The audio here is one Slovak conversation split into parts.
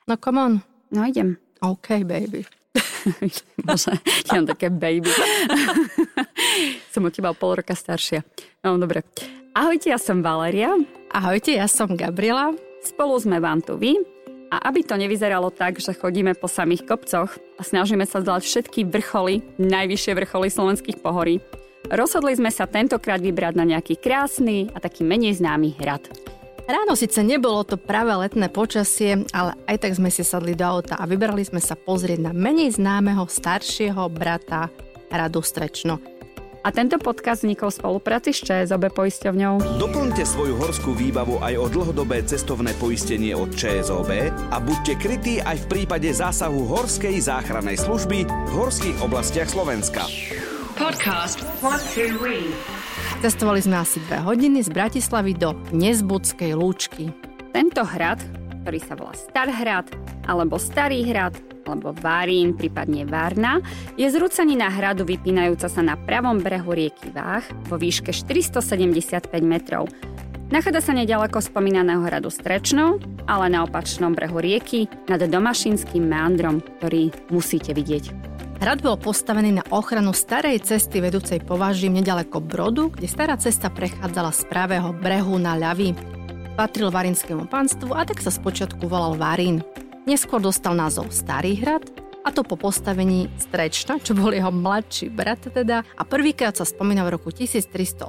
No come on. No idem. OK, baby. Bože, ja mám také baby. Som od teba o pol roka staršia. No, dobre. Ahojte, ja som Valéria. Ahojte, ja som Gabriela. Spolu sme Vantuvi. A aby to nevyzeralo tak, že chodíme po samých kopcoch a snažíme sa zdolať všetky vrcholy, najvyššie vrcholy slovenských pohorí, rozhodli sme sa tentokrát vybrať na nejaký krásny a taký menej známy hrad. Ráno síce nebolo to práve letné počasie, ale aj tak sme si sadli do auta a vybrali sme sa pozrieť na menej známeho staršieho brata hradu Strečno. A tento podcast vznikol v spolupráci s ČSOB poisťovňou. Doplňte svoju horskú výbavu aj o dlhodobé cestovné poistenie od ČSOB a buďte krytí aj v prípade zásahu Horskej záchrannej služby v horských oblastiach Slovenska. Podcast 1, 2, 3. Cestovali sme asi 2 hodiny z Bratislavy do Nezbudskej Lúčky. Tento hrad, ktorý sa volá Starhrad, alebo Starý hrad, alebo Várín, prípadne Várna, je zrúcanina hradu vypínajúca sa na pravom brehu rieky Váh vo výške 475 metrov. Nachádza sa neďaleko spomínaného hradu Strečno, ale na opačnom brehu rieky nad Domašinským meandrom, ktorý musíte vidieť. Hrad bol postavený na ochranu starej cesty vedúcej považím neďaleko Brodu, kde stará cesta prechádzala z pravého brehu na ľavý. Patril Varínskému panstvu a tak sa spočiatku volal Várín. Neskôr dostal názov Starý hrad, a to po postavení Strečna, čo bol jeho mladší brat teda, a prvýkrát sa spomína v roku 1384.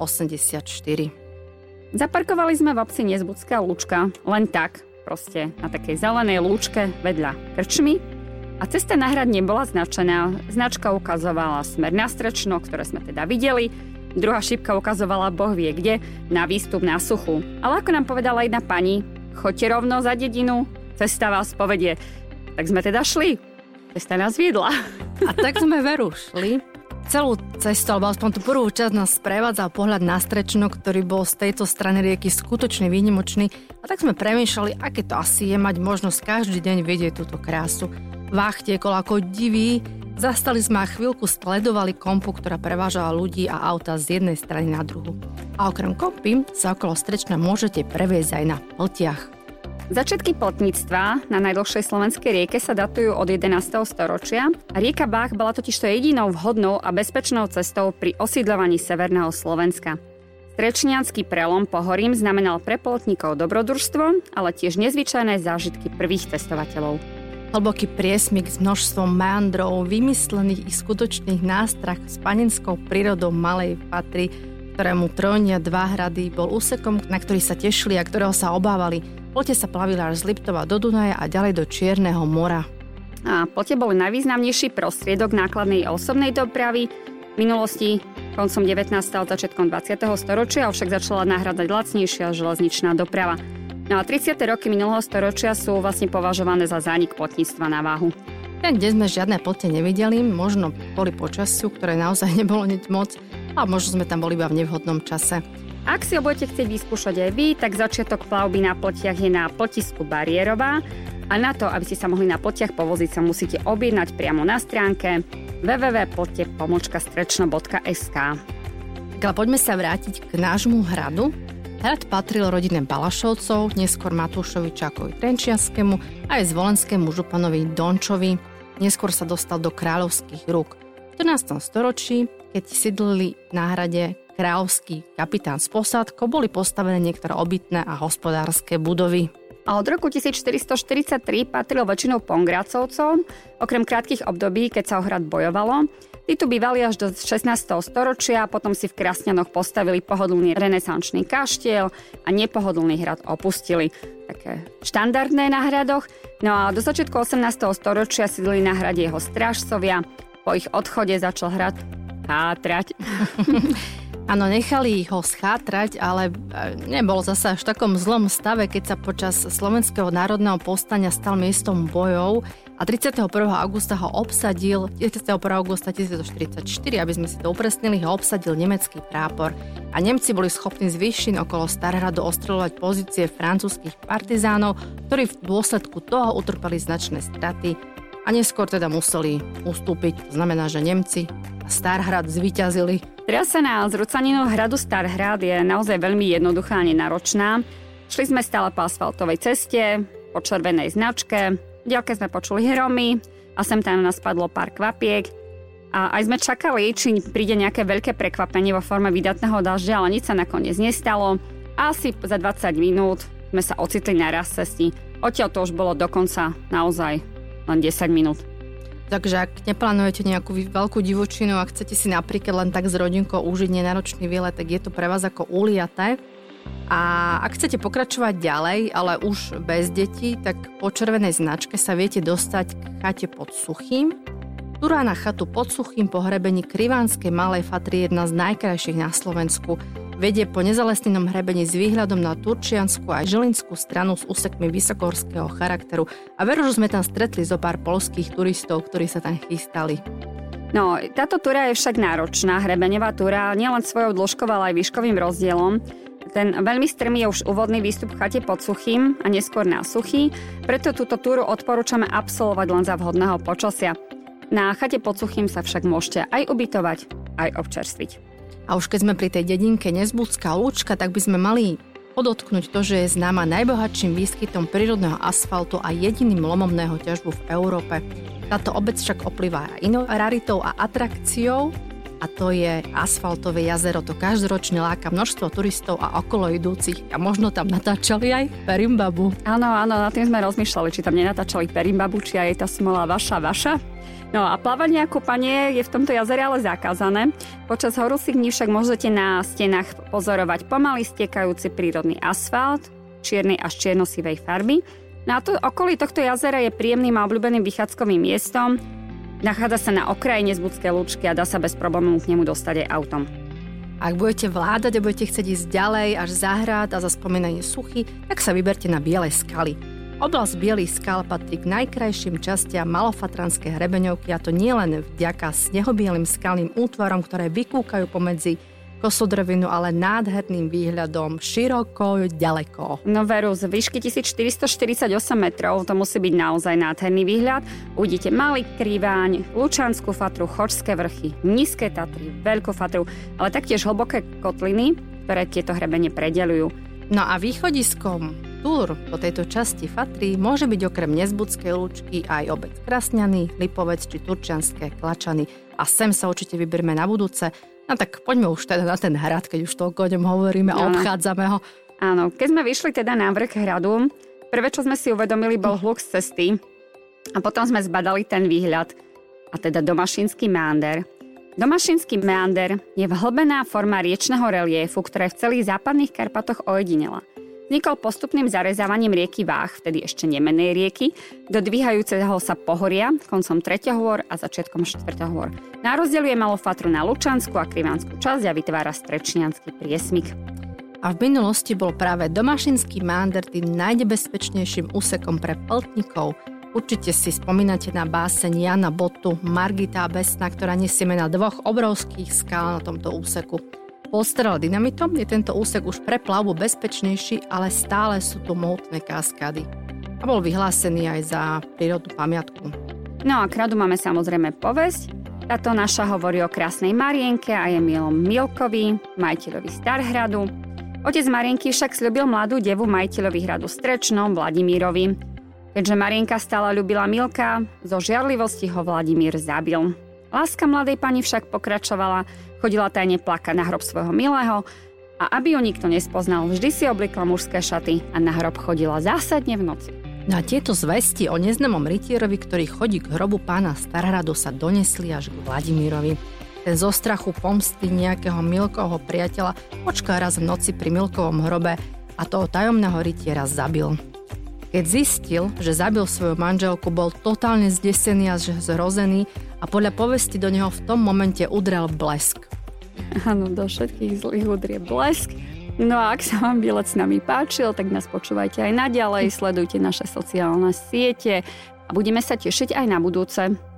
Zaparkovali sme v obci Nezbudská Lúčka, len tak, proste na takej zelenej lúčke vedľa krčmy. A cesta na hrad nebola značená. Značka ukazovala smer na Strečno, ktoré sme teda videli. Druhá šípka ukazovala boh vie kde, na výstup na suchu. Ale ako nám povedala jedna pani, choďte rovno za dedinu, cesta vás povedie. Tak sme teda šli. Cesta nás viedla. A tak sme veru šli. Celú cestu, alebo aspoň tú prvú časť nás sprevádzal pohľad na Strečno, ktorý bol z tejto strany rieky skutočne výnimočný. A tak sme premýšľali, aké to asi je mať možnosť každý deň vidieť túto krásu. Váh tiekol ako divý. Zastali sme a chvíľku sledovali kompu, ktorá prevážala ľudí a auta z jednej strany na druhu. A okrem kompy sa okolo Strečna môžete previesť aj na pltiach. Začiatky plotníctva na najdlhšej slovenskej rieke sa datujú od 11. storočia a rieka Váh bola totižto jedinou vhodnou a bezpečnou cestou pri osídľovaní severného Slovenska. Strečniansky prelom pohorím znamenal pre plotníkov dobrodružstvo, ale tiež nezvyčajné zážitky prvých cestovateľov. Hlboký priesmyk s množstvom meandrov, vymyslených i skutočných nástrah s panenskou prírodou Malej Fatry, ktorému trónia 2 hrady, bol úsekom, na ktorý sa tešili a ktorého sa obávali. Plote sa plavili až z Liptova do Dunaja a ďalej do Čierneho mora. A plote boli najvýznamnejší prostriedok nákladnej a osobnej dopravy. V minulosti koncom 19. a začiatkom 20. storočia však začala nahradzať lacnejšia železničná doprava. No a 30. roky minulého storočia sú vlastne považované za zánik plotníctva na Váhu. Ten, kde sme žiadne plote nevideli, možno kvôli počasiu, ktoré naozaj nebolo nič moc, a možno sme tam boli iba v nevhodnom čase. Ak si ho budete chcieť vyskúšať aj vy, tak začiatok plavby na pltiach je na pltisku Bariérová a na to, aby ste sa mohli na pltiach povoziť, sa musíte objednať priamo na stránke www.plotepomockastrечно.sk. Ale poďme sa vrátiť k nášmu hradu. Hrad patril rodine Balašovcov, neskôr Matúšovi Čákovi Trenčianskému a aj zvolenskému županovi Dončovi. Neskôr sa dostal do kráľovských rúk. V 14. storočí, keď sídlili na hrade kráľovský kapitán s posádkou, boli postavené niektoré obytné a hospodárske budovy. A od roku 1443 patril väčšinou Pongrácovcom, okrem krátkych období, keď sa o hrad bojovalo. Tí tu bývali až do 16. storočia, potom si v Krasňanoch postavili pohodlný renesančný kaštiel a nepohodlný hrad opustili. Také štandardné na hradoch. No a do začiatku 18. storočia sídlili na hrade jeho strážcovia. Po ich odchode začal hrad chátrať. Áno, nechali ho schátrať, ale nebol zasa až v takom zlom stave, keď sa počas Slovenského národného povstania stal miestom bojov a 31. augusta ho obsadil, 31. augusta 1944, aby sme si to upresnili, ho obsadil nemecký prápor. A Nemci boli schopní z výšin okolo Starhradu ostreľovať pozície francúzskych partizánov, ktorí v dôsledku toho utrpeli značné straty a neskôr teda museli ustúpiť. To znamená, že Nemci a Starhrad zvíťazili. Trasa na zrúcaninu hradu Starhrad je naozaj veľmi jednoduchá a nenáročná. Šli sme stále po asfaltovej ceste, po červenej značke, V diaľke sme počuli hromy a sem tam nás padlo pár kvapiek. A aj sme čakali, či príde nejaké veľké prekvapenie vo forme vydatného dažďa, ale nič sa nakoniec nestalo. Asi za 20 minút sme sa ocitli na raz cesty. Odtiaľ to už bolo dokonca naozaj len 10 minút. Takže ak neplánujete nejakú veľkú divočinu a chcete si napríklad len tak s rodinkou užiť nenáročný výlet, tak je to pre vás ako uliaté. A ak chcete pokračovať ďalej, ale už bez detí, tak po červenej značke sa viete dostať k chate pod Suchým. Túra na chatu pod Suchým po hrebení Krivánskej Malej Fatry je jedna z najkrajších na Slovensku. Vedie po nezalesnenom hrebení s výhľadom na turčiansku a žilinskú stranu s úsekmi vysokohorského charakteru. A veru, že sme tam stretli zo pár poľských turistov, ktorí sa tam chystali. No, táto túra je však náročná, hrebeňová túra, nielen svojou dĺžkou, ale aj výškovým rozdielom. Ten veľmi strmý je už úvodný výstup v chate pod Suchým a neskôr na Suchý, preto túto túru odporúčame absolvovať len za vhodného počasia. Na chate pod Suchým sa však môžete aj ubytovať, aj občerstviť. A už keď sme pri tej dedinke Nezbudská Lúčka, tak by sme mali podotknúť to, že je známa najbohatším výskytom prírodného asfaltu a jediným lomom ťažbu v Európe. Táto obec však oplýva aj inou raritou a atrakciou, a to je asfaltové jazero. To každoročne láka množstvo turistov a okolo idúcich a možno tam natáčali aj Perimbabu. Áno, nad tým sme rozmýšľali, či tam nenatáčali Perimbabu, či aj tá smola vaša. No a plávanie a kúpanie je v tomto jazere ale zakázané. Počas horúcich dní však môžete na stenách pozorovať pomaly stiekajúci prírodný asfalt, čiernej až čierno-sivej farby. No a okolí tohto jazera je príjemným a obľúbeným vychádzkovým miestom. Nachádza sa na okraji Nezbudskej Lúčky a dá sa bez problémov k nemu dostať aj autom. Ak budete vládať a budete chcieť ísť ďalej až za hrad a za spomínanie Suchy, tak sa vyberte na Biele skaly. Oblasť Bielých skal patrí k najkrajším častiam Malofatranskej hrebeňovky, a to nie len vďaka snehobielým skalným útvarom, ktoré vykúkajú pomedzi kosodrvinu, ale nádherným výhľadom široko, ďaleko. No veru, z výšky 1448 metrov to musí byť naozaj nádherný výhľad. Uvidíte Malý Kriváň, Lučanskú Fatru, Chočské vrchy, Nízke Tatry, Veľkú Fatru, ale taktiež hlboké kotliny, ktoré tieto hrebene predeľujú. No a východiskom túr po tejto časti Fatry môže byť okrem Nezbudskej Lúčky aj obec Krasňany, Lipovec či Turčianske Klačany. A sem sa určite vyberme na budúce. No tak poďme už teda na ten hrad, keď už toľko o ňom hovoríme a obchádzame ho. Áno, keď sme vyšli teda na vrch hradu, prvé, čo sme si uvedomili, bol hluk z cesty a potom sme zbadali ten výhľad, a teda Domašinský meander. Domašinský meander je vhlbená forma riečneho reliefu, ktorá je v celých západných Karpatoch ojedinela. Vznikol postupným zarezávaním rieky Vách, vtedy ešte nemenej rieky, do dvíhajúceho sa pohoria koncom 3. hôr a začiatkom 4. hôr. Narozdeľuje Malú Fatru na Lučanskú a Krivánsku časť a vytvára Strečniansky priesmyk. A v minulosti bol práve Domašinský meander tým najnebezpečnejším úsekom pre pltníkov. Určite si spomínate na báseň Jana Botu Margita a Besna, ktorá nesie mena dvoch obrovských skál na tomto úseku. Postrel dynamitom je tento úsek už pre plavbu bezpečnejší, ale stále sú tu mohutné kaskády. A bol vyhlásený aj za prírodnú pamiatku. No a k hradu máme samozrejme povesť. Táto naša hovorí o krásnej Marienke a Emilom Milkovi, majiteľovi Starhradu. Otec Marienky však sľúbil mladú devu majiteľovi hradu Strečnom, Vladimírovi. Keďže Marienka stále ľúbila Milka, zo žiarlivosti ho Vladimír zabil. Láska mladej pani však pokračovala, chodila tajne plakať na hrob svojho milého a aby ju nikto nespoznal, vždy si obliekla mužské šaty a na hrob chodila zásadne v noci. No a tieto zvesti o neznámom rytierovi, ktorý chodí k hrobu pána Starhradu, sa donesli až k Vladimírovi. Ten zo strachu pomsty nejakého Milkovho priateľa počkal raz v noci pri Milkovom hrobe a toho tajomného rytiera zabil. Keď zistil, že zabil svoju manželku, bol totálne zdesený a zhrozený a podľa povesti do neho v tom momente udrel blesk. Áno, do všetkých zlých udrie blesk. No a ak sa vám výlet s nami páčil, tak nás počúvajte aj naďalej, sledujte naše sociálne siete a budeme sa tešiť aj na budúce.